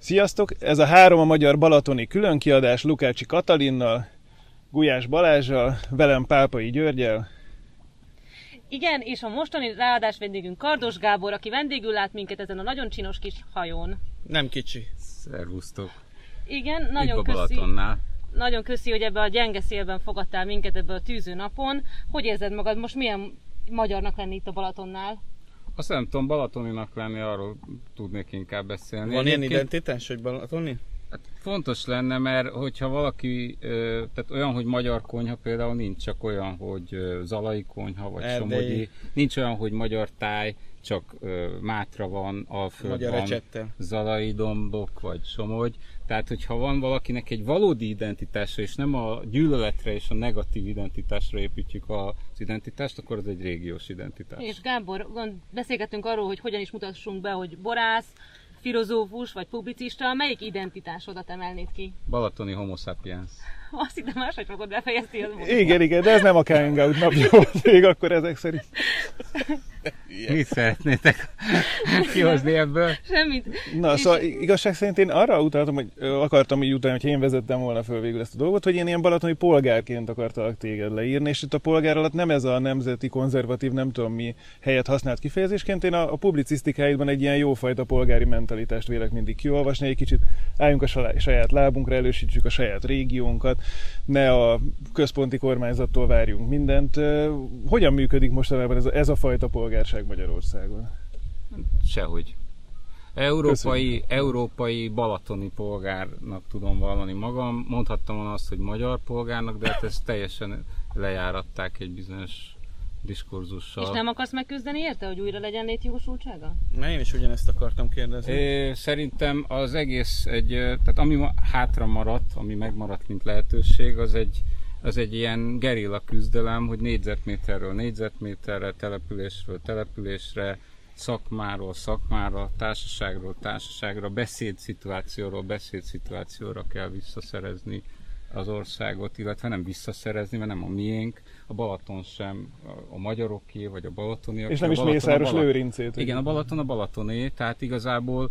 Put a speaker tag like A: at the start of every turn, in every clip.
A: Sziasztok! Ez a 3 a magyar balatoni különkiadás Lukácsi Katalinnal, Gulyás Balázssal, velem Pápai Györgyel.
B: Igen, és a mostani ráadás vendégünk Kardos Gábor, aki vendégül lát minket ezen a nagyon csinos kis hajón.
C: Nem kicsi.
D: Szervusztok!
B: Igen, nagyon köszi, hogy ebbe a gyenge szélben fogadtál minket ebbe a tűző napon. Hogy érzed magad most, milyen magyarnak lenni itt a Balatonnál?
D: Azt nem tudom, balatoninak lenni, arról tudnék inkább beszélni.
C: Van ilyen identitás, hogy balatoni?
D: Hát fontos lenne, mert hogyha valaki, tehát olyan, hogy magyar konyha például nincs, csak olyan, hogy zalai konyha, vagy somogyi. Nincs olyan, hogy magyar táj, csak Mátra van, Alföld
C: magyar
D: van,
C: ecsettel.
D: Zalai dombok, vagy Somogy. Tehát, hogyha van valakinek egy valódi identitása, és nem a gyűlöletre és a negatív identitásra építjük az identitást, akkor ez egy régiós identitás.
B: És Gábor, beszélgettünk arról, hogy hogyan is mutassunk be, hogy borász, filozófus vagy publicista, melyik identitásodat emelnéd ki?
D: Balatoni homo sapiens.
B: Azt hittem máshogy fogod befejezni.
A: Igen, de ez nem a coming out napja volt még akkor ezek szerint.
D: Mit szeretnétek kihozni ebből?
B: Semmit.
A: Na, szóval igazság szerint én arra utaltam, hogy akartam így utána, hogy én vezettem volna föl végül ezt a dolgot, hogy én ilyen balatoni polgárként akartalak téged leírni, és itt a polgár alatt nem ez a nemzeti konzervatív, nem tudom mi helyet használt kifejezésként, én a publicisztikáidban egy ilyen jófajta polgári mentalitást vélek mindig kiolvasni, egy kicsit álljunk a saját lábunkra, elősítsük a saját régiónkat, ne a központi kormányzattól várjunk mindent. Hogyan működik mostanában ez a fajta polgárság Magyarországon?
D: Sehogy. Európai balatoni polgárnak tudom vallani magam. Mondhattam volna azt, hogy magyar polgárnak, de hát ezt teljesen lejáratták egy bizonyos diskurzussal.
B: És nem akarsz megküzdeni érte, hogy újra legyen létjogosultsága?
C: Na, én is ugyanezt akartam kérdezni.
D: Szerintem az egész tehát ami hátra maradt, ami megmaradt, mint lehetőség, az egy ilyen gerilla küzdelem, hogy négyzetméterről négyzetméterre, településről településre, szakmáról szakmára, társaságról társaságra, beszédszituációra kell visszaszerezni az országot, illetve nem visszaszerezni, mert nem a miénk, a Balaton sem a magyaroké, vagy a balatoniaké.
A: És nem is Mészáros Lőrincét.
D: Igen, a Balaton a balatoné, tehát igazából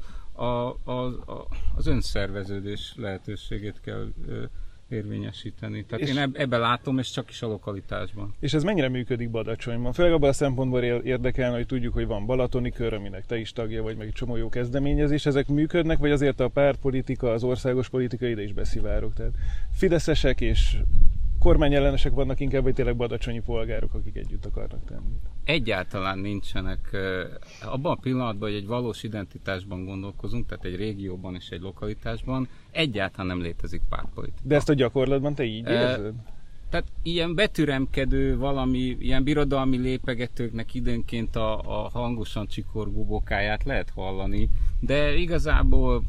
D: az önszerveződés lehetőségét kell érvényesíteni. Tehát én ebben látom, és csak is a lokalitásban.
A: És ez mennyire működik Badacsonyban? Főleg abban a szempontból érdekelne, hogy tudjuk, hogy van balatoni kör, aminek te is tagja vagy, meg egy csomó jó kezdeményezés. Ezek működnek, vagy azért a pártpolitika, az országos politika ide is beszivárog? Tehát fideszesek és kormányellenesek vannak inkább, vagy tényleg badacsonyi polgárok, akik együtt akarnak tenni?
D: Egyáltalán nincsenek. Abban a pillanatban, hogy egy valós identitásban gondolkozunk, tehát egy régióban és egy lokalitásban, egyáltalán nem létezik pártpolitika.
A: De ezt a gyakorlatban te így érzed?
D: Tehát ilyen betüremkedő valami, ilyen birodalmi lépegetőknek időnként a hangosan csikorgó bokáját lehet hallani, de igazából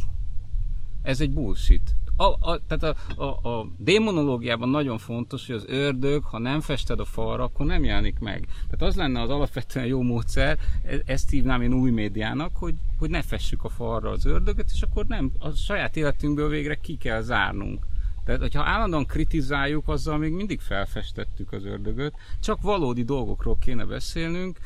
D: ez egy bullshit. Tehát a démonológiában nagyon fontos, hogy az ördög, ha nem fested a falra, akkor nem jelenik meg. Tehát az lenne az alapvetően jó módszer, ezt hívnám én új médiának, hogy ne fessük a falra az ördögöt, és akkor nem, a saját életünkből végre ki kell zárnunk. Tehát, hogyha állandóan kritizáljuk, azzal még mindig felfestettük az ördögöt, csak valódi dolgokról kéne beszélnünk,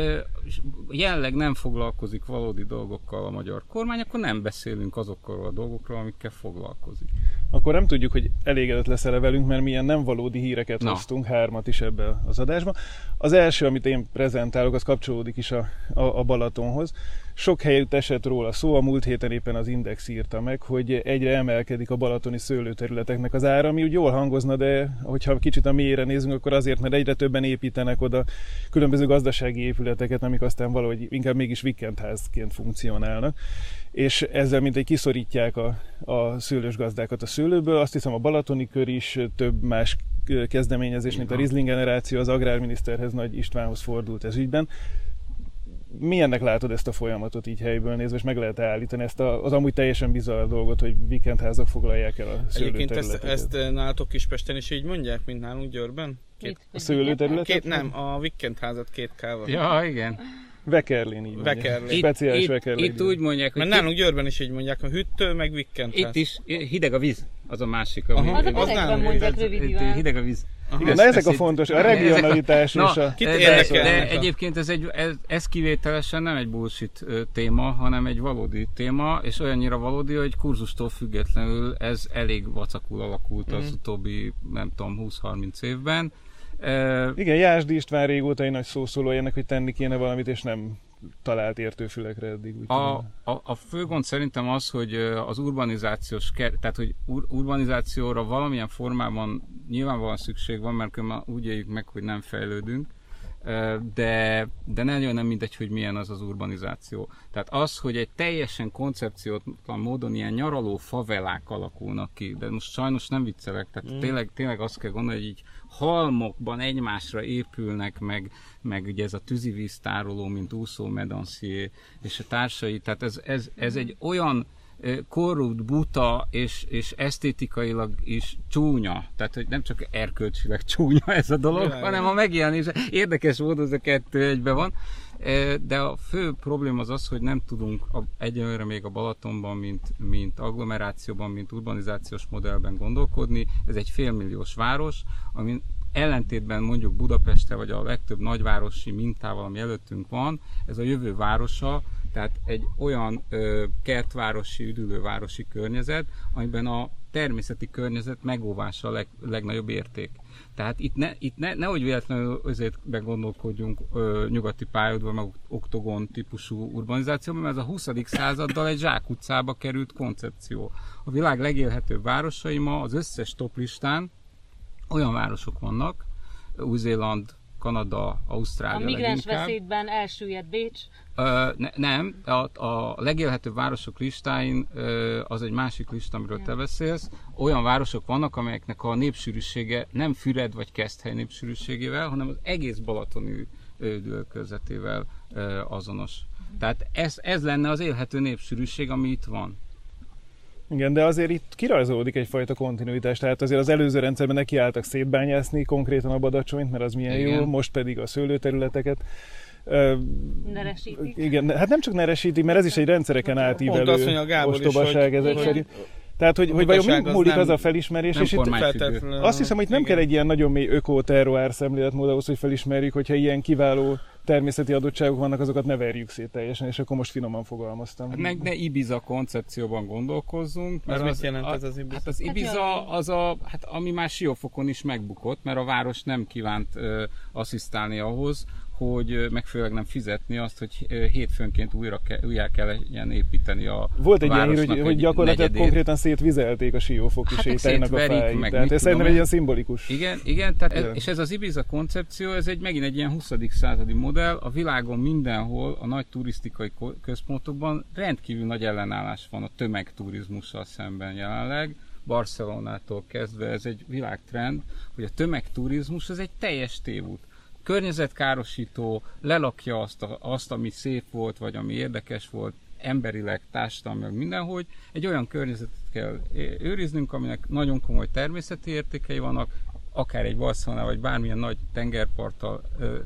D: jelenleg nem foglalkozik valódi dolgokkal a magyar kormány, akkor nem beszélünk azokról a dolgokról, amikkel foglalkozik. Akkor
A: nem tudjuk, hogy elégedett leszel velünk, mert milyen nem valódi híreket hoztunk, 3 is ebbe az adásba. Az első, amit én prezentálok, az kapcsolódik is a Balatonhoz. Sok helyütt esett róla szó, a múlt héten éppen az Index írta meg, hogy egyre emelkedik a balatoni szőlőterületeknek az ára, ami úgy jól hangozna, de hogyha kicsit a mélyére nézünk, akkor azért, mert egyre többen építenek oda különböző gazdasági épületeket, amik aztán valahogy inkább mégis vikendházként funkcionálnak. És ezzel mintegy kiszorítják a szőlős gazdákat a szőlőből. Azt hiszem a balatoni kör is több más kezdeményezés, mint a Riesling generáció, az agrárminiszterhez, Nagy Istvánhoz fordult ez ügyben. Milyennek látod ezt a folyamatot így helyből nézve, és meg lehet állítani ezt az amúgy teljesen bizarr dolgot, hogy vikendházak foglalják el a szőlőterületeket?
C: Egyébként ezt nálatok Kispesten is így mondják, mint nálunk Győrben?
A: A szőlőterületet?
C: Nem, a vikendházat 2 K-val.
D: Ja, igen.
A: Vekerlén így mondják. Speciális Vekerlén.
D: Itt úgy mondják, hogy...
C: Mert nálunk Győrben is így mondják, a hűtő meg vikendház.
D: Itt is hideg a víz, az a másik.
B: Az a közegben mondják rövid.
D: Hideg a víz.
A: Igen, ezek a fontos, a regionalitás és a...
D: De egyébként ez kivételesen nem egy bullshit téma, hanem egy valódi téma, és olyannyira valódi, hogy kurzustól függetlenül ez elég vacakul alakult az utóbbi, nem tudom, 20-30 évben.
A: Igen, Jászdy István régóta egy nagy szószólója ennek, hogy tenni kéne valamit, és nem talált értőfülekre eddig.
D: A fő gond szerintem az, hogy az urbanizációs, tehát hogy urbanizációra valamilyen formában nyilvánvalóan szükség van, mert úgy éljük meg, hogy nem fejlődünk, de nagyon nem mindegy, hogy milyen az urbanizáció. Tehát az, hogy egy teljesen koncepciótlan módon ilyen nyaraló favelák alakulnak ki, de most sajnos nem viccelek, tehát tényleg azt kell gondolni, hogy így halmokban egymásra épülnek, meg ugye ez a tűzivíztároló, mint Úszó Medancier és a társai, tehát ez egy olyan korrupt, buta és esztétikailag is csúnya, tehát hogy nem csak erkölcsileg csúnya ez a dolog, hanem a megjelenés érdekes módon ez a kettő egyben van, de a fő probléma az, hogy nem tudunk egyelőre még a Balatonban, mint agglomerációban, mint urbanizációs modellben gondolkodni. Ez egy félmilliós város, ami ellentétben mondjuk Budapesttel vagy a legtöbb nagyvárosi mintával, ami előttünk van, ez a jövő városa, tehát egy olyan kertvárosi, üdülővárosi környezet, amiben a természeti környezet megóvása a legnagyobb érték. Tehát itt nehogy véletlenül azért gondolkodjunk nyugati pályaudvar, meg oktogon típusú urbanizációban, mert ez a 20. századdal egy zsákutcába került koncepció. A világ legélhetőbb városai ma az összes toplistán olyan városok vannak, Új-Zéland, Kanada, Ausztrália.
B: A migráns veszélyben elsüllyedt Bécs.
D: Nem, a legélhetőbb városok listáin az egy másik lista, amiről te beszélsz. Olyan városok vannak, amelyeknek a népsűrűsége nem Füred vagy Keszthely népsűrűségével, hanem az egész balatoni üdülőkörzetével azonos. Tehát ez lenne az élhető népsűrűség, ami itt van.
A: Igen, de azért itt kirajzolódik egyfajta kontinuitás, tehát azért az előző rendszerben nekiálltak szétbányászni konkrétan a Badacsonyt, mert az milyen jó, most pedig a szőlőterületeket.
B: Neresítik.
A: Igen, hát nem csak neresítik, mert ez is egy rendszereken átívelő ostobaság ezek szerint. Tehát, hogy vajon mi múlik az a felismerés, és itt azt hiszem, hogy nem kell egy ilyen nagyon mély öko-terroár szemléletmód ahhoz, hogy felismerjük, hogyha ilyen kiváló természeti adottságok vannak, azokat ne verjük szét teljesen, és akkor most finoman fogalmaztam.
D: Hát meg ne Ibiza koncepcióban gondolkozzunk.
C: Mert mit jelent ez az Ibiza?
D: Hát az Ibiza az ami már Siófokon is megbukott, mert a város nem kívánt asszisztálni ahhoz, hogy megfelelően nem fizetni azt, hogy hétfőnként újra kelljen építeni a
A: volt egy ilyen, hogy gyakorlatilag konkrétan szétvizelték a Siófoki sétálynak a fájt. Tehát ez szerintem egy ilyen szimbolikus.
D: Igen, tehát és ez az Ibiza koncepció, ez megint egy ilyen 20. századi modell. A világon mindenhol, a nagy turisztikai központokban rendkívül nagy ellenállás van a tömegturizmussal szemben jelenleg. Barcelonától kezdve ez egy világtrend, hogy a tömegturizmus az egy teljes tévút. Környezetkárosító, lelakja azt, ami szép volt, vagy ami érdekes volt, emberileg, társadalmilag, mindenhogy. Egy olyan környezetet kell őriznünk, aminek nagyon komoly természeti értékei vannak, akár egy Barcelona, vagy bármilyen nagy tengerparttal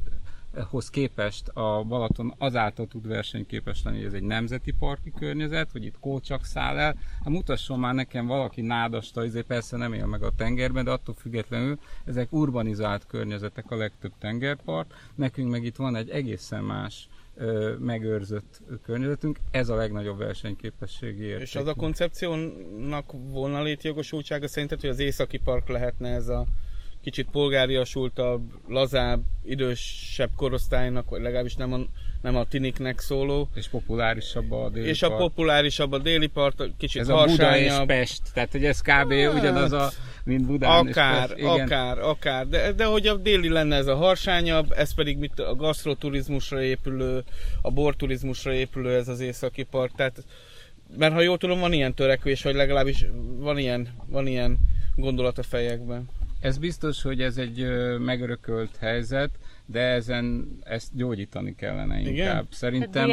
D: hoz képest a Balaton azáltal tud versenyképes lenni, hogy ez egy nemzeti parki környezet, hogy itt kócsak száll el. Hát mutasson már nekem valaki nádasta, ezért persze nem él meg a tengerben, de attól függetlenül ezek urbanizált környezetek, a legtöbb tengerpart. Nekünk meg itt van egy egészen más megőrzött környezetünk, ez a legnagyobb versenyképességi érték. És
C: az a koncepciónak volna létjogosultsága szerinted, hogy az északi park lehetne ez a kicsit polgáriasultabb, lazább, idősebb korosztálynak, vagy legalábbis nem a tiniknek szóló.
D: És populárisabb a déli
C: és part. A populárisabb a déli part, kicsit
D: ez
C: harsányabb.
D: Ez a Buda és Pest, tehát hogy ez kb. Ugyanaz, mint Budán
C: akár,
D: és Pest.
C: Akár. De hogy a déli lenne ez a harsányabb, ez pedig a gasztroturizmusra épülő, a borturizmusra épülő ez az északi park. Tehát, mert ha jól tudom, van ilyen törekvés, vagy legalábbis van ilyen gondolat a fejekben.
D: Ez biztos, hogy ez egy megörökölt helyzet, de ezt gyógyítani kellene inkább.
B: Igen?
D: Szerintem.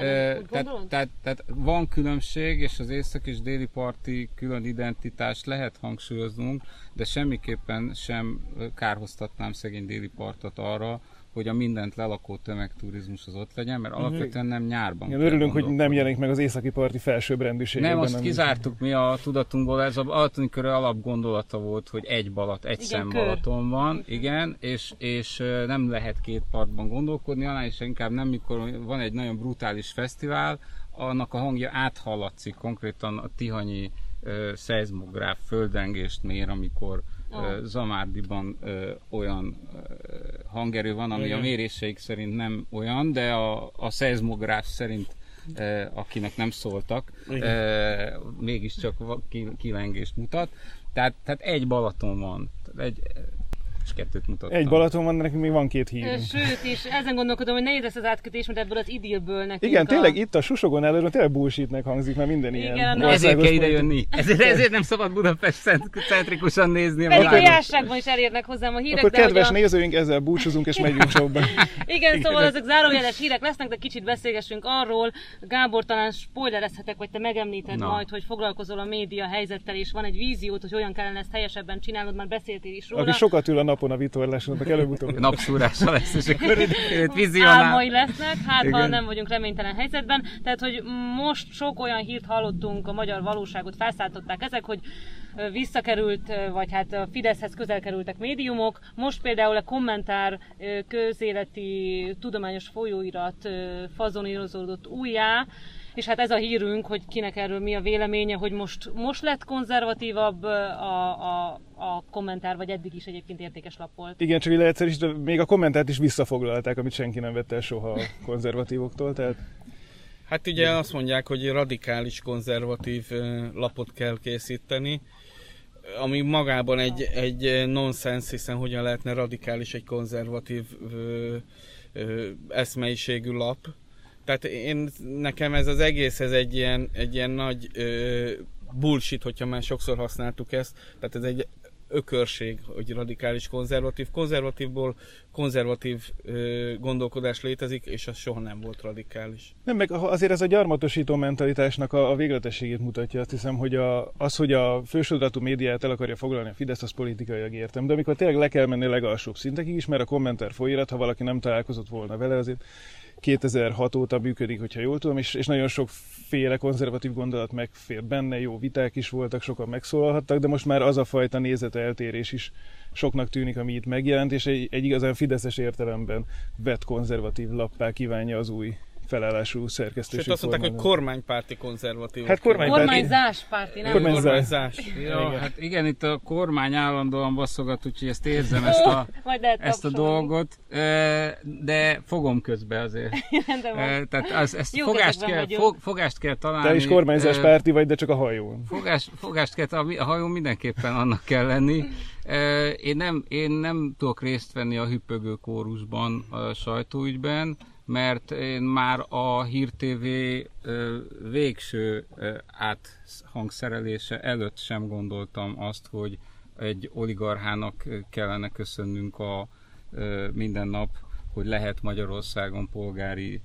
D: Tehát van különbség, és az észak és déli parti külön identitást lehet hangsúlyoznunk, de semmiképpen sem kárhoztatnám szegény déli partot arra, hogy a mindent lelakó tömegturizmus az ott legyen, mert alapvetően nem nyárban.
A: Igen, örülünk, hogy nem jelenik meg az északi parti felsőbbrendűségekben.
D: Nem, azt kizártuk mi a tudatunkból, ez a Balatoni Kör alapgondolata volt, hogy egy szem Balaton van, igen, és nem lehet két partban gondolkodni, annál is inkább nem, mikor van egy nagyon brutális fesztivál, annak a hangja áthallatszik, konkrétan a tihanyi szeizmográf földrengést mér, amikor Zamárdiban olyan hangerő van, ami a méréseik szerint nem olyan, de a szeizmográf szerint, akinek nem szóltak, mégiscsak kilengést mutat. Tehát egy Balaton van. És kettőt mutattam.
A: Egy Balaton van, nekünk még van 2 hírünk.
B: Sőt, és ezen gondolkodom, hogy nehéz lesz az átkötés, mert ebből az idillből nekünk
A: igen, tényleg itt a Susogon előről tényleg bullshitnek hangzik, mert minden ilyen.
D: Ezért kell ide jönni. Ezért nem szabad Budapest centrikusan nézni a
B: világot. Pedig a járságban is elérnek hozzám a hírek.
A: Akkor kedves nézőink, ezzel búcsúzunk és megyünk showba.
B: Igen, szóval ezek zárójeles hírek lesznek, de kicsit beszélgessünk arról. Gábor, talán spoilerezhetek, vagy te megemlíted majd, hogy foglalkozol a média helyzettel, és van egy víziót, hogy olyan kellene ezt helyesebben csinálnod, már beszéltél is róla.
A: Aki sokat ül a napon a vitorláson, előbb-utóbb.
D: Napszúrása lesz, és akkor vizionál.
B: Álmai lesznek, ha nem vagyunk reménytelen helyzetben. Tehát, hogy most sok olyan hírt hallottunk, a magyar valóságot felszálltották ezek, hogy visszakerült, vagy hát a Fideszhez közel kerültek médiumok. Most például a Kommentár közéleti tudományos folyóirat fazonírozódott újjá, és hát ez a hírünk, hogy kinek erről mi a véleménye, hogy most lett konzervatívabb a Kommentár, vagy eddig is egyébként értékes lap volt.
A: Igen, csak leegyszerűsítve, még a Kommentárt is visszafoglalták, amit senki nem vette el soha a konzervatívoktól, tehát...
C: Hát ugye azt mondják, hogy radikális konzervatív lapot kell készíteni, ami magában egy nonsens, hiszen hogyan lehetne radikális egy konzervatív eszmeiségű lap. Tehát nekem ez az egész, ez egy ilyen nagy bullshit, hogyha már sokszor használtuk ezt. Tehát ez egy ökörség, hogy radikális konzervatív. Konzervatívból konzervatív gondolkodás létezik, és az soha nem volt radikális.
A: Nem, meg azért ez a gyarmatosító mentalitásnak a végletességét mutatja. Azt hiszem, hogy hogy a fősodratú médiát el akarja foglalni a Fidesz, az politikailag értem. De amikor tényleg le kell menni a legalsóbb szintekig is, mert a Kommentár folyóirat, ha valaki nem találkozott volna vele, azért 2006 óta működik, hogyha jól tudom, és nagyon sokféle konzervatív gondolat megfér benne, jó viták is voltak, sokan megszólalhattak, de most már az a fajta nézeteltérés is soknak tűnik, ami itt megjelent, és egy igazán fideszes értelemben vett konzervatív lappá kívánja az új felállású szerkesztőség.
C: Sőt, azt mondták, hogy kormánypárti konzervatív.
A: Hát
B: kormányzáspárti, nem?
A: Kormányzás.
D: Ja, hát igen, itt a kormány állandóan basszogat, úgyhogy ezt érzem, ezt a dolgot, de fogom közbe azért. Tehát ezt fogást kell találni.
A: Te is kormányzáspárti vagy, de csak a hajón.
D: Fogást kell találni, a hajón mindenképpen annak kell lenni. Én nem tudok részt venni a hüppögő kórusban a sajtóügyben, mert én már a Hír TV végső áthangszerelése előtt sem gondoltam azt, hogy egy oligarchának kellene köszönnünk minden nap, hogy lehet Magyarországon polgári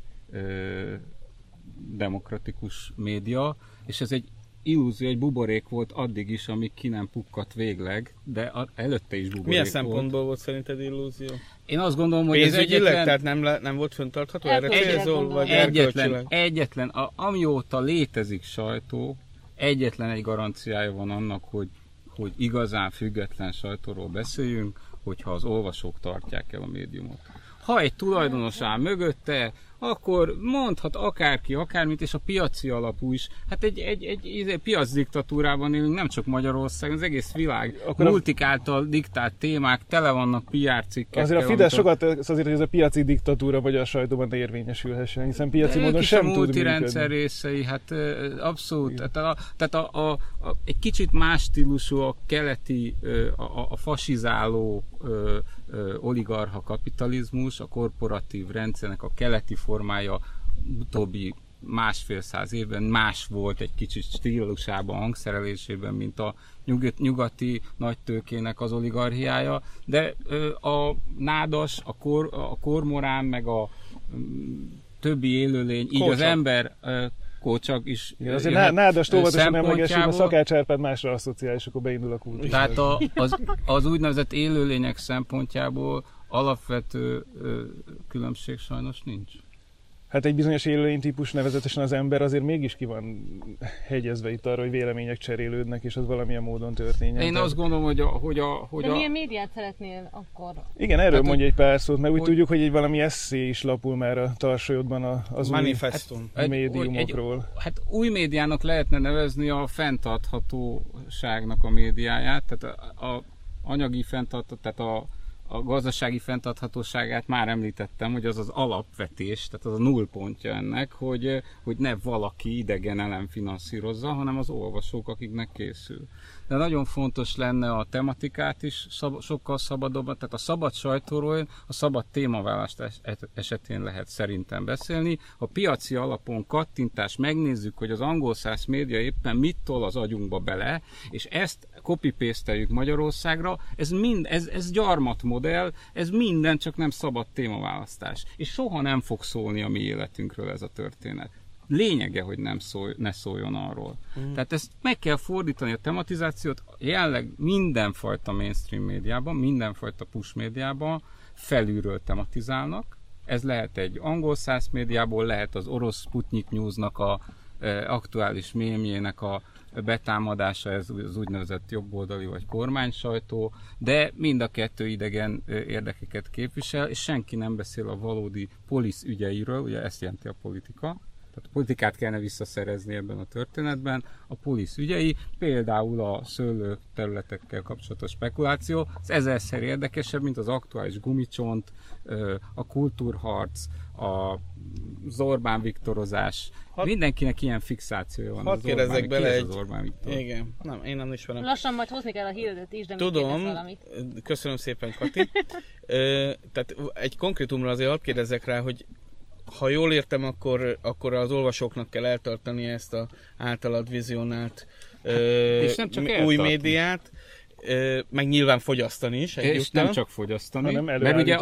D: demokratikus média, és ez egy illúzió, egy buborék volt addig is, amíg ki nem pukkadt végleg, de előtte is buborék
C: milyen szempontból volt szerinted illúzió?
D: Én azt gondolom, hogy
C: ez tehát nem volt fenntartható? Erre célzol, vagy
D: egyetlen, amióta létezik sajtó, egyetlen egy garanciája van annak, hogy igazán független sajtóról beszéljünk, hogyha az olvasók tartják el a médiumot. Ha egy tulajdonos áll mögötte, akkor mondhat akárki, akármit, és a piaci alapú is. Hát egy piacdiktatúrában élünk, nem csak Magyarországon, az egész világ. Akkor multik által diktált témák, tele vannak PR cikkekkel.
A: Azért a Fidesz sokat azért, hogy ez a piaci diktatúra vagy a sajtóban ne érvényesülhessen, hiszen piaci módon sem tud működni. A
D: multirendszer részei, hát abszolút. Tehát egy kicsit más stílusú a keleti, a fasizáló oligarcha kapitalizmus, a korporatív rendszernek a keleti formája utóbbi 1,5 évben más volt egy kicsit stílusában, hangszerelésében, mint a nyugati nagytőkének az oligarchiája, de a nádas, a kormorán, meg a többi élőlény, így az ember kócsak is.
A: Igen, azért nádast óvatosan emlegessünk, a szakácsárpád másra asszociál, és akkor beindul a kultúra.
D: Tehát az úgynevezett élőlények szempontjából alapvető különbség sajnos nincs.
A: Hát egy bizonyos élőlénytípus, nevezetesen az ember azért mégis ki van hegyezve itt arra, hogy vélemények cserélődnek, és az valamilyen módon történjen.
D: Én azt gondolom, hogy
B: De milyen médiát szeretnél akkor?
A: Igen, erről hát, mondja egy pár szót, mert úgy tudjuk, hogy egy valami esszé is lapul már a Tarsolyodban az
C: manifestum
A: új médiumokról.
D: Hát új médiának lehetne nevezni a fenntarthatóságnak a médiáját, tehát a anyagi tehát a gazdasági fenntarthatóságát már említettem, hogy az az alapvetés, tehát az a nullpontja ennek, hogy ne valaki idegen elem finanszírozza, hanem az olvasók, akiknek készül. De nagyon fontos lenne a tematikát is sokkal szabadabban, tehát a szabad sajtóról, a szabad témaválasztás esetén lehet szerintem beszélni. A piaci alapon kattintás, megnézzük, hogy az angol száz média éppen mit tol az agyunkba bele, és ezt copy-paste-eljük Magyarországra, ez gyarmatmodell, ez minden, csak nem szabad témaválasztás. És soha nem fog szólni a mi életünkről ez a történet. Lényege, hogy ne szóljon arról. Tehát ezt meg kell fordítani a tematizációt, jelenleg mindenfajta mainstream médiában, mindenfajta push médiában felülről tematizálnak. Ez lehet egy angol száz médiából, lehet az orosz Sputnik News-nak a aktuális mémjének a betámadása, ez az úgynevezett jobboldali vagy kormánysajtó, de mind a kettő idegen érdekeket képvisel, és senki nem beszél a valódi polisz ügyeiről, ugye ezt jelenti a politika. Tehát a politikát kellene visszaszerezni ebben a történetben. A polisz ügyei, például a szőlő területekkel kapcsolatos spekuláció, az ezerszer érdekesebb, mint az aktuális gumicsont, a kultúrharc, az Orbán Viktorozás. Mindenkinek ilyen fixációja van.
C: Hadd kérdezzek bele egy...
D: az Orbán Viktor?
C: Igen, nem, én nem ismerem.
B: Lassan majd hozni kell a híredet is, de
C: tudom,
B: valamit.
C: Köszönöm szépen, Kati. Tehát egy konkrétumra azért hadd kérdezzek rá, hogy ha jól értem, akkor az olvasóknak kell eltartani ezt az általad vizionált új médiát, meg nyilván fogyasztani is egyúttal. És
D: nem csak fogyasztani, mert ugye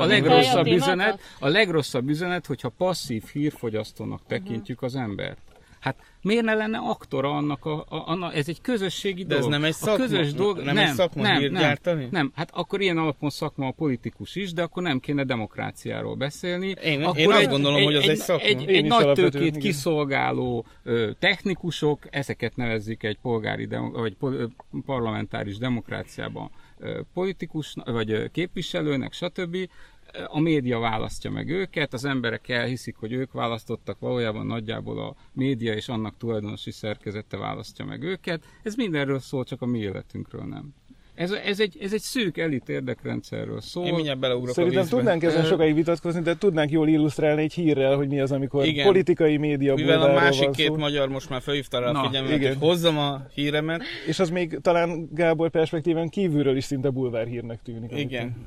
D: a legrosszabb üzenet, hogyha passzív hírfogyasztónak tekintjük az embert. Hát miért ne lenne aktora annak ez egy közösségi dolog.
C: De ez nem egy szakma, nem egy szakma hírt gyártani?
D: Nem, hát akkor ilyen alapon szakma a politikus is, de akkor nem kéne demokráciáról beszélni.
C: Én azt gondolom, hogy az egy szakma.
D: Egy nagy tőkét kiszolgáló technikusok, ezeket nevezzük egy vagy parlamentáris demokráciában politikus, vagy képviselőnek, stb. A média választja meg őket, az emberek elhiszik, hogy ők választottak, valójában nagyjából a média és annak tulajdonosi szerkezete választja meg őket. Ez mindenről szól, csak a mi életünkről nem. Ez egy szűk elit érdekrendszerről szól.
C: Én mindjárt beleugrok
A: Szerintem tudnánk ezen sokáig vitatkozni, de tudnánk jól illusztrálni egy hírrel, hogy mi az, amikor politikai média
C: mivel a másik két magyar most már felhívta rá a figyelmet, hogy hozzam a híremet.
A: És az még talán Gábor perspektíven kívülről is szinte bulvárhírnek tűnik.
C: Igen.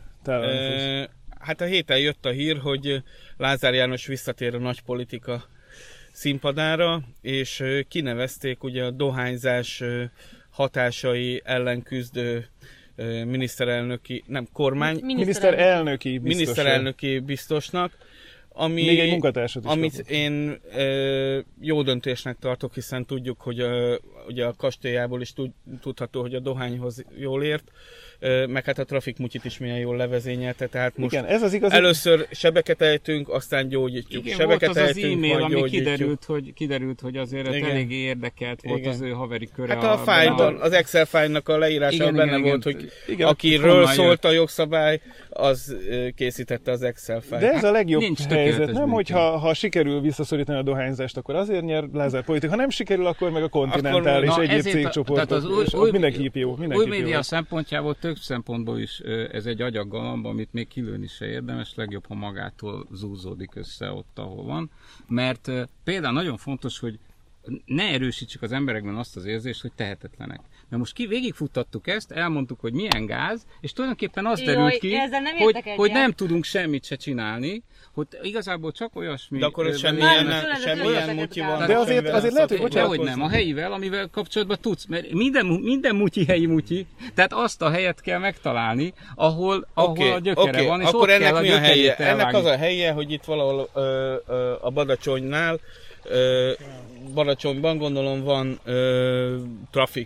C: Hát a héten jött a hír, hogy Lázár János visszatér a nagy politika színpadára, és kinevezték ugye a dohányzás hatásai ellen küzdő miniszterelnöki biztosnak,
A: még egy munkatársat is
C: amit én jó döntésnek tartok, hiszen tudjuk, hogy ugye a kastélyából is tudható, hogy a dohányhoz jól ért, meg hát a trafikmutyit is milyen jól levezényelte, tehát most igen, ez az igazi... először sebeket ejtünk, aztán gyógyítjuk.
D: Igen,
C: sebeket
D: volt az
C: ejtünk,
D: az e-mail, ami
C: gyógyítjuk.
D: kiderült, hogy azért eléggé érdekelt volt igen. Az ő haveri köre.
C: Hát a fájlban, az Excel fájlnak a leírásában benne volt, hogy igen, akiről szólt a jogszabály, az készítette az Excel fájlt.
A: De ez a legjobb helyzet, nem, hogyha sikerül visszaszorítani a dohányzást, akkor azért nyer Lázár politika, ha nem sikerül, akkor meg a Continental és egyéb cégcsoportok. Mindenki jó.
D: Új média szempontjából több szempontból is ez egy agyaggalamb, amit még kilőni se érdemes, legjobb, ha magától zúzódik össze ott, ahol van. Mert például nagyon fontos, hogy ne erősítsük az emberekben azt az érzést, hogy tehetetlenek. Mert most végigfuttattuk ezt, elmondtuk, hogy milyen gáz, és tulajdonképpen az derült ki, hogy nem tudunk semmit se csinálni, hogy igazából csak olyasmi...
C: De akkor semmilyen mutyi van.
A: De azért lehet, hogy
D: dehogy nem, a helyivel, amivel kapcsolatban tudsz, mert minden mutyi helyi mutyi, tehát azt a helyet kell megtalálni, ahol a gyökere van, és
C: akkor
D: ott kell a gyökerét elvágni.
C: Ennek az a helye, hogy itt valahol a Badacsonynál, Badacsonyban gondolom van trafik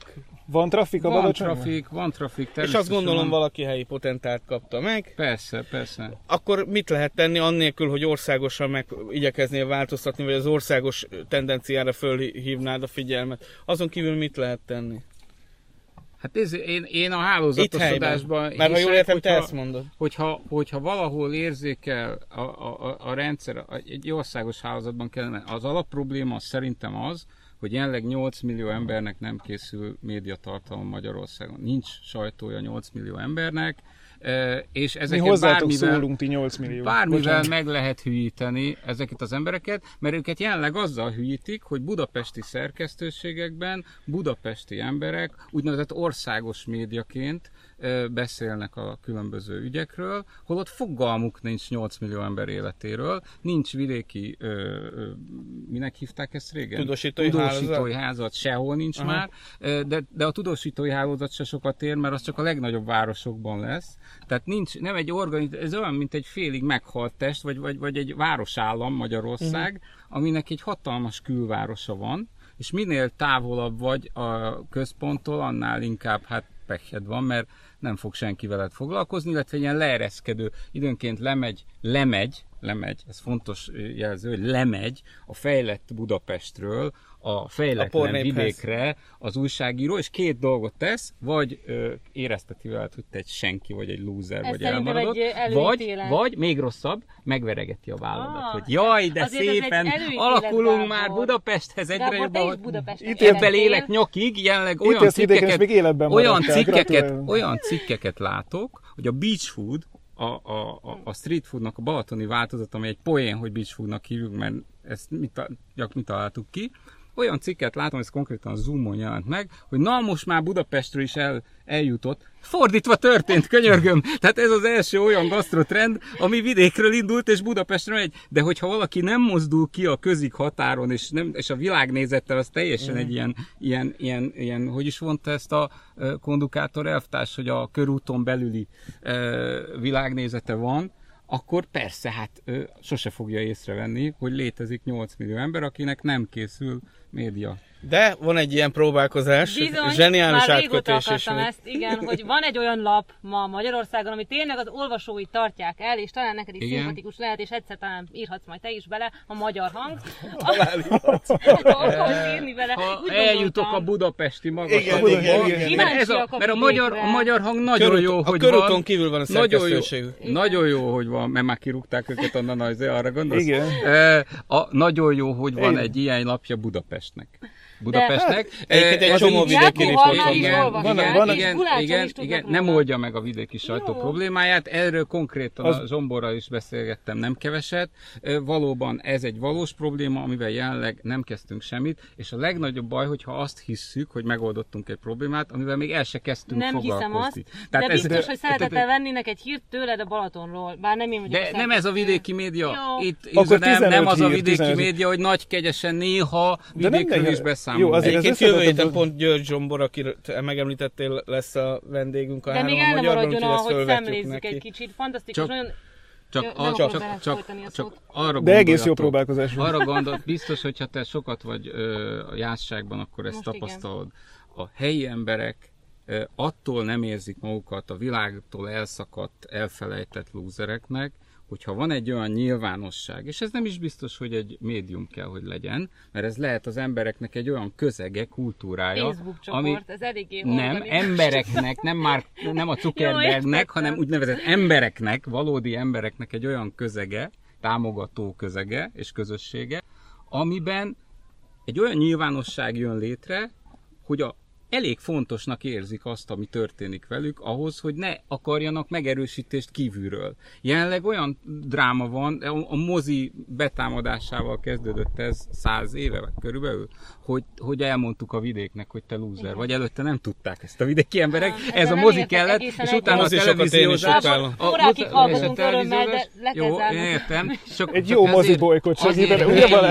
A: Van trafik a Badacsonyban?
D: Van trafik.
C: És azt gondolom valaki helyi potentált kapta meg.
D: Persze.
C: Akkor mit lehet tenni annélkül, hogy országosan meg igyekeznél változtatni, vagy az országos tendenciára fölhívnád a figyelmet? Azon kívül mit lehet tenni?
D: Hát én a hálózatosodásban...
C: Mert ha jól értem, te ezt mondod.
D: Hogyha valahol érzékel a rendszer, egy országos hálózatban kellene, az alapprobléma szerintem az, hogy jelenleg 8 millió embernek nem készül médiatartalom Magyarországon. Nincs sajtója 8 millió embernek, és ezeket bármivel meg lehet hülyíteni ezeket az embereket, mert őket jelenleg azzal hülyítik, hogy budapesti szerkesztőségekben budapesti emberek úgynevezett országos médiaként beszélnek a különböző ügyekről, holott fogalmuk nincs 8 millió ember életéről, nincs vidéki, minek hívták ezt régen? Tudósítói hálózat, sehol nincs már, de a tudósítói hálózat se sokat ér, mert az csak a legnagyobb városokban lesz. Tehát nem egy ez olyan, mint egy félig meghalt test, vagy egy városállam Magyarország, aminek egy hatalmas külvárosa van, és minél távolabb vagy a központtól, annál inkább pekhed van, mert nem fog senki veled foglalkozni, illetve ilyen leereszkedő, időnként lemegy, ez fontos jelző, hogy lemegy a fejlett Budapestről a fejletlen vidékre az újságíró, és két dolgot tesz, vagy érezteti veled, hogy te egy senki, vagy egy lúzer, vagy elmaradott, vagy még rosszabb, megveregeti a válladat, hogy jaj, de szépen alakulunk már Budapesthez egyre jobban, ebben élek nyakig, jelenleg olyan cikkeket látok, hogy a beach food, a street foodnak a balatoni változat, ami egy poén, hogy beach foodnak hívjuk, mert ezt mi találtuk ki. Olyan cikket látom, ez konkrétan a Zoomon jelent meg, hogy na most már Budapestről is eljutott. Fordítva történt, könyörgöm. Tehát ez az első olyan gasztrotrend, ami vidékről indult és Budapestre megy. De hogyha valaki nem mozdul ki a közig határon, és a világnézettel, az teljesen egy ilyen, hogy is mondta ezt a kondukátor elvtárs, hogy a körúton belüli világnézete van, akkor persze, sose fogja észrevenni, hogy létezik 8 millió ember, akinek nem készül média.
C: De van egy ilyen próbálkozás,
B: bizony,
C: zseniális
B: már régóta
C: átkötés.
B: akartam ezt, igen, hogy van egy olyan lap ma Magyarországon, ami tényleg az olvasói tartják el, és talán neked is szimpatikus lehet, és egyszer talán írhatsz majd te is bele, a Magyar Hang.
D: Ha eljutok a budapesti magasabb.
B: Mert
D: a Magyar Hang nagyon jó, hogy
C: van. A körúton kívül van a szerkesztőségük.
D: Nagyon jó, hogy van, mert már kirúgták őket onnan, arra gondolsz?
A: Igen.
D: Nagyon jó, hogy van egy ilyen lapja Budapestnek.
C: Egyébként egy csomó vidéki riport
D: igen, nem oldja meg a vidéki sajtó problémáját. Erről konkrétan a Zsomborral is beszélgettem nem keveset. Valóban ez egy valós probléma, amivel jelenleg nem kezdtünk semmit, és a legnagyobb baj, hogyha azt hisszük, hogy megoldottunk egy problémát, amivel még el se kezdtünk foglalkozni.
B: Nem hiszem azt, de biztos, hogy szeretettel vennének egy hírt tőled a Balatonról, bár nem én vagyok.
D: De nem ez a vidéki média. Itt nem az a vidéki média, hogy nagy kegyesen néha vidékről is beszámolunk.
C: Egyébként jövő héten pont György Zsombor, akit megemlítettél, lesz a vendégünk a Három a Magyarban, úgyhogy ezt fölvetjük
B: egy kicsit. Fantasztikus,
D: csak arra
A: de egész jó próbálkozás.
D: Arra gondolt, biztos, hogyha te sokat vagy a jászságban, akkor ezt tapasztalod. A helyi emberek attól nem érzik magukat a világtól elszakadt, elfelejtett lúzereknek, hogyha van egy olyan nyilvánosság, és ez nem is biztos, hogy egy médium kell, hogy legyen, mert ez lehet az embereknek egy olyan közege, kultúrája,
B: Facebook csoport, ez eléggé
D: nem, embereknek, nem a Zuckerbergnek, hanem úgynevezett embereknek, valódi embereknek egy olyan közege, támogató közege és közössége, amiben egy olyan nyilvánosság jön létre, hogy elég fontosnak érzik azt, ami történik velük, ahhoz, hogy ne akarjanak megerősítést kívülről. Jelenleg olyan dráma van, a mozi betámadásával kezdődött ez 100 éve, vagy körülbelül, hogy elmondtuk a vidéknek, hogy te lúzer, vagy előtte nem tudták ezt a vidéki emberek, ez a mozi kellett, és utána a televíziózás.
B: Órákig hallgatunk örömmel, de le kell zárnunk.
D: Értem.
A: Egy jó mozi bolykot segítene, ugye Balázs?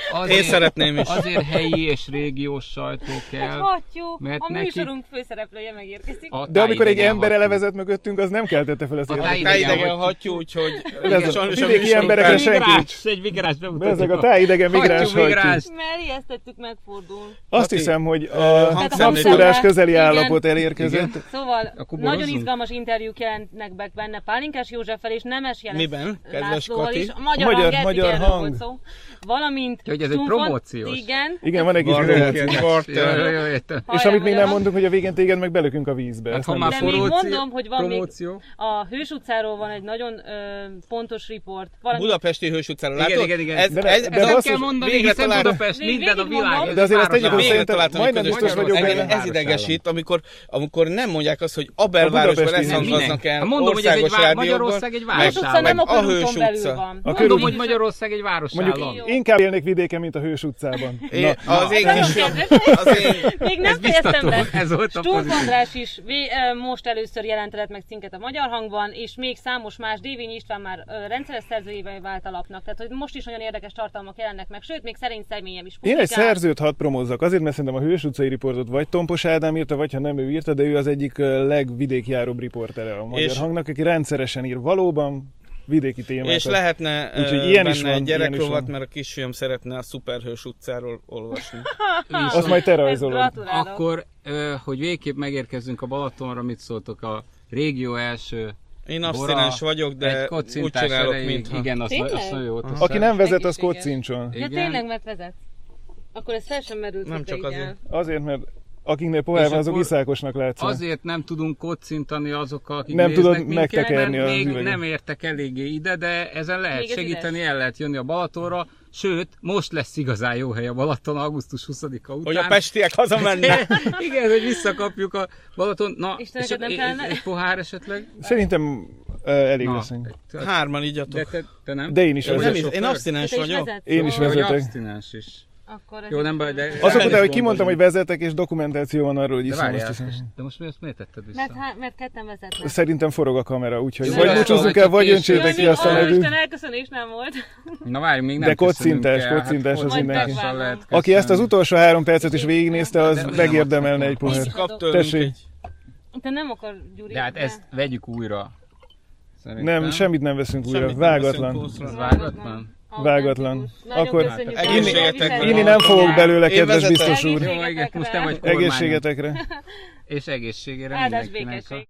C: Én szeretném is.
D: Azért helyi és régiós sajtó kell.
B: Hattyú,
D: mert
B: a
D: neki-
B: műsorunk főszereplője megérkezik.
A: De amikor egy
D: tájidegen
A: ember
D: hattyú.
A: elevezett mögöttünk, az nem keltette fel az
D: tájidegen
A: érdeket.
C: Tájidegen
D: hattyú.
C: hattyú, úgyhogy
A: Ez a
C: sajnos a
A: vidéki
C: műsorunk
A: emberekre
C: fel-
A: senki nincs.
D: Egy migráns bemutatjuk.
A: Ezek a tájidegen migráns
D: Hattyú
A: hattyú.
D: migráns.
B: Mert ijesztettük megfordul.
A: Azt
C: Hati,
A: hiszem, hogy a
C: hangszemlét-
A: napszúrás közeli
B: Igen.
A: állapot elérkezett.
B: Szóval
D: Akkor
B: nagyon
D: borozzunk?
B: izgalmas interjúk jelentnek be benne Pálinkás Józseffel és Nemes Jeles
C: Miben, kedves
B: Lászlóval
C: Kati?
B: is. A magyar hang, eddig
A: magyar
B: erről
A: hang.
B: volt szó. Valamint
D: Hogy ez egy
B: Stumpfon-
D: promóciós.
B: Igen.
A: Igen, van egy kis
C: Barter.
A: promóció.
C: Barter.
D: Jó, értem.
A: És
B: Hallják,
A: amit még nem
B: magyar
A: mondunk, hogy a végén téged meg belökünk a vízbe.
D: Hát
A: Ezt
D: ha
A: nem
D: már
B: De még
D: promóció-
B: mondom, hogy van
D: promóció.
B: még a Hős utcáról van egy nagyon pontos riport. Valami...
C: Budapesti Hős utcára,
D: Igen,
C: látod?
D: igen, igen.
C: Ez,
A: De-
C: ez,
A: de
D: Ez azt
A: basszus,
D: kell mondani,
C: végre
D: hiszen
C: találtam.
D: Budapest
B: Végig
D: minden a világ.
B: mondom.
A: De azért azt tegyük, hogy
D: város.
A: szerintem
C: találtam egy
A: majdnem
C: közös
A: biztos vagyok
C: Engem
A: benne.
C: ez idegesít, amikor nem mondják azt, hogy Abelvárosban
A: budapesti-
C: leszangaznak el
D: Mondom, hogy ez egy
C: országos rádiókban.
D: Magyarország egy
C: meg-
B: Hős utca
D: városállam.
B: nem a
C: meg a Hős
B: körúton belül
C: utca.
B: van.
A: A
B: Mondom,
A: körút-
D: Hogy Magyarország egy városállam.
A: Mondjuk inkább élnék vidéken, mint a Hős utcában.
C: Az én
B: Nagyon
C: kis...
B: kedves.
C: Az én...
B: Még nem
D: Ez
B: fejeztem
D: biztató,
B: be.
D: ez volt a
B: Stumpf
D: pozitív.
B: András is most először jelentetett meg cinket a Magyar Hangban, és még számos más, Dévényi István már rendszeres szerzőjével vált a lapnak. Tehát, hogy most is nagyon érdekes tartalmak jelennek meg, sőt, még szerény személyem is
A: Én egy
B: publikál.
A: szerzőt hadd promózzak, azért, mert szerintem a Hős utcai riportot vagy Tompos Ádám írta, vagy ha nem ő írta, de ő az egyik legvidékjáróbb riportere a Magyar
C: És-
A: Hangnak, aki rendszeresen ír valóban vidéki témákat.
C: És lehetne
A: Úgyhogy ilyen is
C: benne
A: van,
C: egy
A: ilyen is
C: gyerekrovat,
A: van.
C: mert a kisfiam szeretne a Szuperhős utcáról olvasni.
A: Azt majd te
B: Ezt
A: rajzolod.
B: gratulálok.
D: Akkor, hogy végképp megérkezzünk a Balatonra, mit szóltok a régió első
C: Én
D: bora,
C: abszinens vagyok, de
D: egy
C: úgy
D: kocintás
C: csinálok,
D: erejéig.
C: mintha...
D: Igen, azt
B: Tényleg?
D: nagyon jót teszem.
A: Aki nem vezet, az
B: Egészséges.
A: kocincson.
B: Ja, tényleg, mert vezet. Akkor ez fel sem merült,
C: Nem
B: hogy te
C: csak
B: így
C: azért.
B: el.
A: Azért, mert akiknél pohár
D: És
A: van, azok
D: akkor
A: iszákosnak látszanak.
D: Azért nem tudunk kocintani azokkal, akik
A: Nem
D: néznek
A: tudod
D: minket,
A: megtekerni
D: mert
A: az
D: még
A: üveget.
D: nem értek eléggé ide, de ezen lehet
B: Még ez
D: segíteni,
B: üres.
D: el lehet jönni a Balatonra. Sőt, most lesz igazán jó hely a Balaton, augusztus 20-a után.
C: Hogy a pestiek hazamennek.
D: Igen, hogy visszakapjuk a Balaton. Na,
B: Istenek,
D: és
B: nem
D: egy,
B: kellene?
D: egy pohár esetleg?
A: Szerintem elég
D: Na,
A: leszünk.
C: Hárman
D: de
C: igyatok.
D: te nem?
A: De én is
C: Én, nem
A: vezetek.
C: is, én abszinens
B: Te is
C: vagyok.
B: vezetsz?
A: Én is
D: Jó, hogy
A: vezetek.
D: abstinens is.
B: Akkor ez
D: Jó, nem
B: így-
D: baj, de...
A: Azok után, hogy
D: gond
A: kimondtam, hogy
D: vagyunk.
A: vezetek, és dokumentáció van arról, hogy
D: De
A: iszom, azt
D: várjál,
A: hiszem.
D: de most miért tetted vissza?
B: Mert ketten vezetnek.
A: Szerintem forog a kamera, úgyhogy
D: Jó,
A: vagy
D: jó,
A: búcsúzzunk
D: jó,
A: el, vagy
D: késő.
A: öntsétek ki,
B: Jaj,
A: aztán
B: ó,
A: megyünk.
B: Isten, elköszönés nem volt.
D: Na várjunk, még nem
A: De
D: köszönünk
A: kocintás,
D: el.
A: kocintás az
B: Majd
A: mindenki.
B: megvárom.
D: Lehet
A: Aki ezt az
D: köszönni.
A: utolsó 3 percet is végignézte, az
D: De nem
A: megérdemelne egy
D: adhatom.
A: pohár.
C: Kap tőlünk
A: Tessék.
C: egy...
B: Te nem akar, Gyuri.
D: De hát ezt vegyük újra. Szerintem.
A: Nem, semmit nem veszünk újra.
C: Semmit nem veszünk
A: Vágatlan.
C: kószra.
D: Ez vágatlan.
A: Vágatlan.
B: Nagyon
A: Akkor
B: köszönjük,
C: egészségetekre.
B: hogy
A: Inni nem fogok belőle,
C: Én
A: kedves
C: vezetek.
A: biztos úr.
D: Jó, igen, most te vagy kormányon.
A: Egészségetekre.
D: És egészségére
B: Áldás
D: mindenkinek.
B: békesség.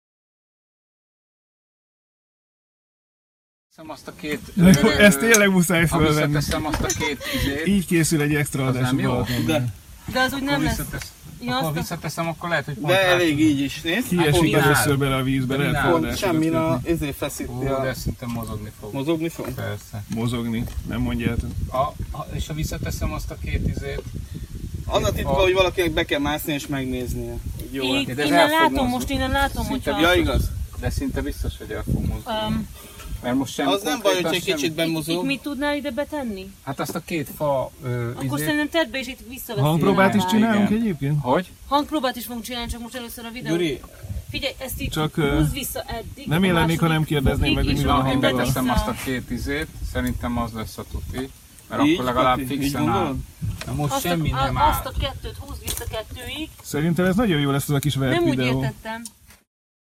D: Teszem azt a két...
A: Ezt tényleg muszáj
D: Ha
A: fölvenni.
D: visszateszem azt a két izét,
A: Így készül egy extra
D: az
A: adás.
D: nem jó?
B: De az úgy nem lesz. Ja,
D: Akkor
B: azt a-
D: visszateszem, akkor lehet, hogy pont
C: De
D: rá-
C: elég így is, nézd.
A: Kiesik
D: Akkor
A: először bele a vízbe,
D: De
A: lehet
D: minál.
A: forrásokat
C: Semmi a
A: kötni.
C: izé feszíti
D: Ó, de
C: a...
D: szerintem mozogni fog.
C: Mozogni fog?
D: Persze.
A: Mozogni, nem mondjátok.
D: És ha visszateszem azt a két izét,
C: Az a titka, hogy valakinek be kell mászni és megnéznie. Hogy jó.
B: Így,
D: De ez
B: innen
D: el fog
B: látom,
D: mozogni.
B: most innen látom,
D: Szinte
B: hogyha...
C: Ja, igaz?
D: de szinte biztos, hogy el fog mozogni. Mert most sem
C: Az nem baj, hogy egy kicsit
B: Itt
C: bemozog.
B: mit tudnál ide betenni?
D: Hát azt a két fa
B: Akkor
D: izét...
B: szerintem tedd be, és itt visszaveszél.
A: Hangpróbát is
B: rá.
A: csinálunk
D: Igen.
A: egyébként?
D: Hogy?
B: Hangpróbát is fogunk csinálni, csak most először a videó.
C: Gyuri,
B: Figyelj, ezt így
A: Csak,
B: húzd vissza eddig.
A: nem
B: a
A: élnék, ha nem
B: második
A: kérdezném meg,
B: fokig,
A: hogy mi
B: és
A: van a
B: akkor
D: Én
A: hanggal.
B: tedd
D: beteszem
B: vissza.
D: azt a két izét, szerintem az lesz a tuti. Mert
C: így,
D: akkor legalább
C: Kati? Így
D: fixen áll.
C: gondolod?
D: Na most
B: Azt
D: semmi
B: a,
D: nem áll.
B: azt a kettőt húzd vissza kettőig.
A: Szerintem ez nagyon jó lesz az a kis vert
B: Nem úgy
A: videó.
B: értettem.